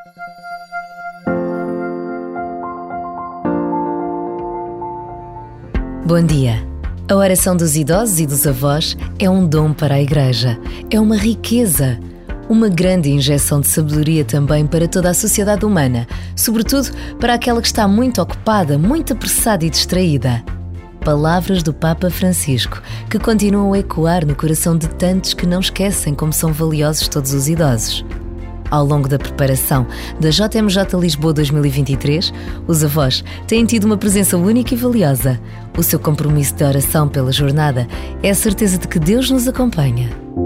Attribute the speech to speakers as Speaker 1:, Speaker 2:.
Speaker 1: Bom dia. A oração dos idosos e dos avós é um dom para a Igreja. É uma riqueza. Uma grande injeção de sabedoria também para toda a sociedade humana, sobretudo para aquela que está muito ocupada, muito apressada e distraída. Palavras do Papa Francisco, que continuam a ecoar no coração de tantos que não esquecem como são valiosos todos os idosos. Ao longo da preparação da JMJ Lisboa 2023, os avós têm tido uma presença única e valiosa. O seu compromisso de oração pela jornada é a certeza de que Deus nos acompanha.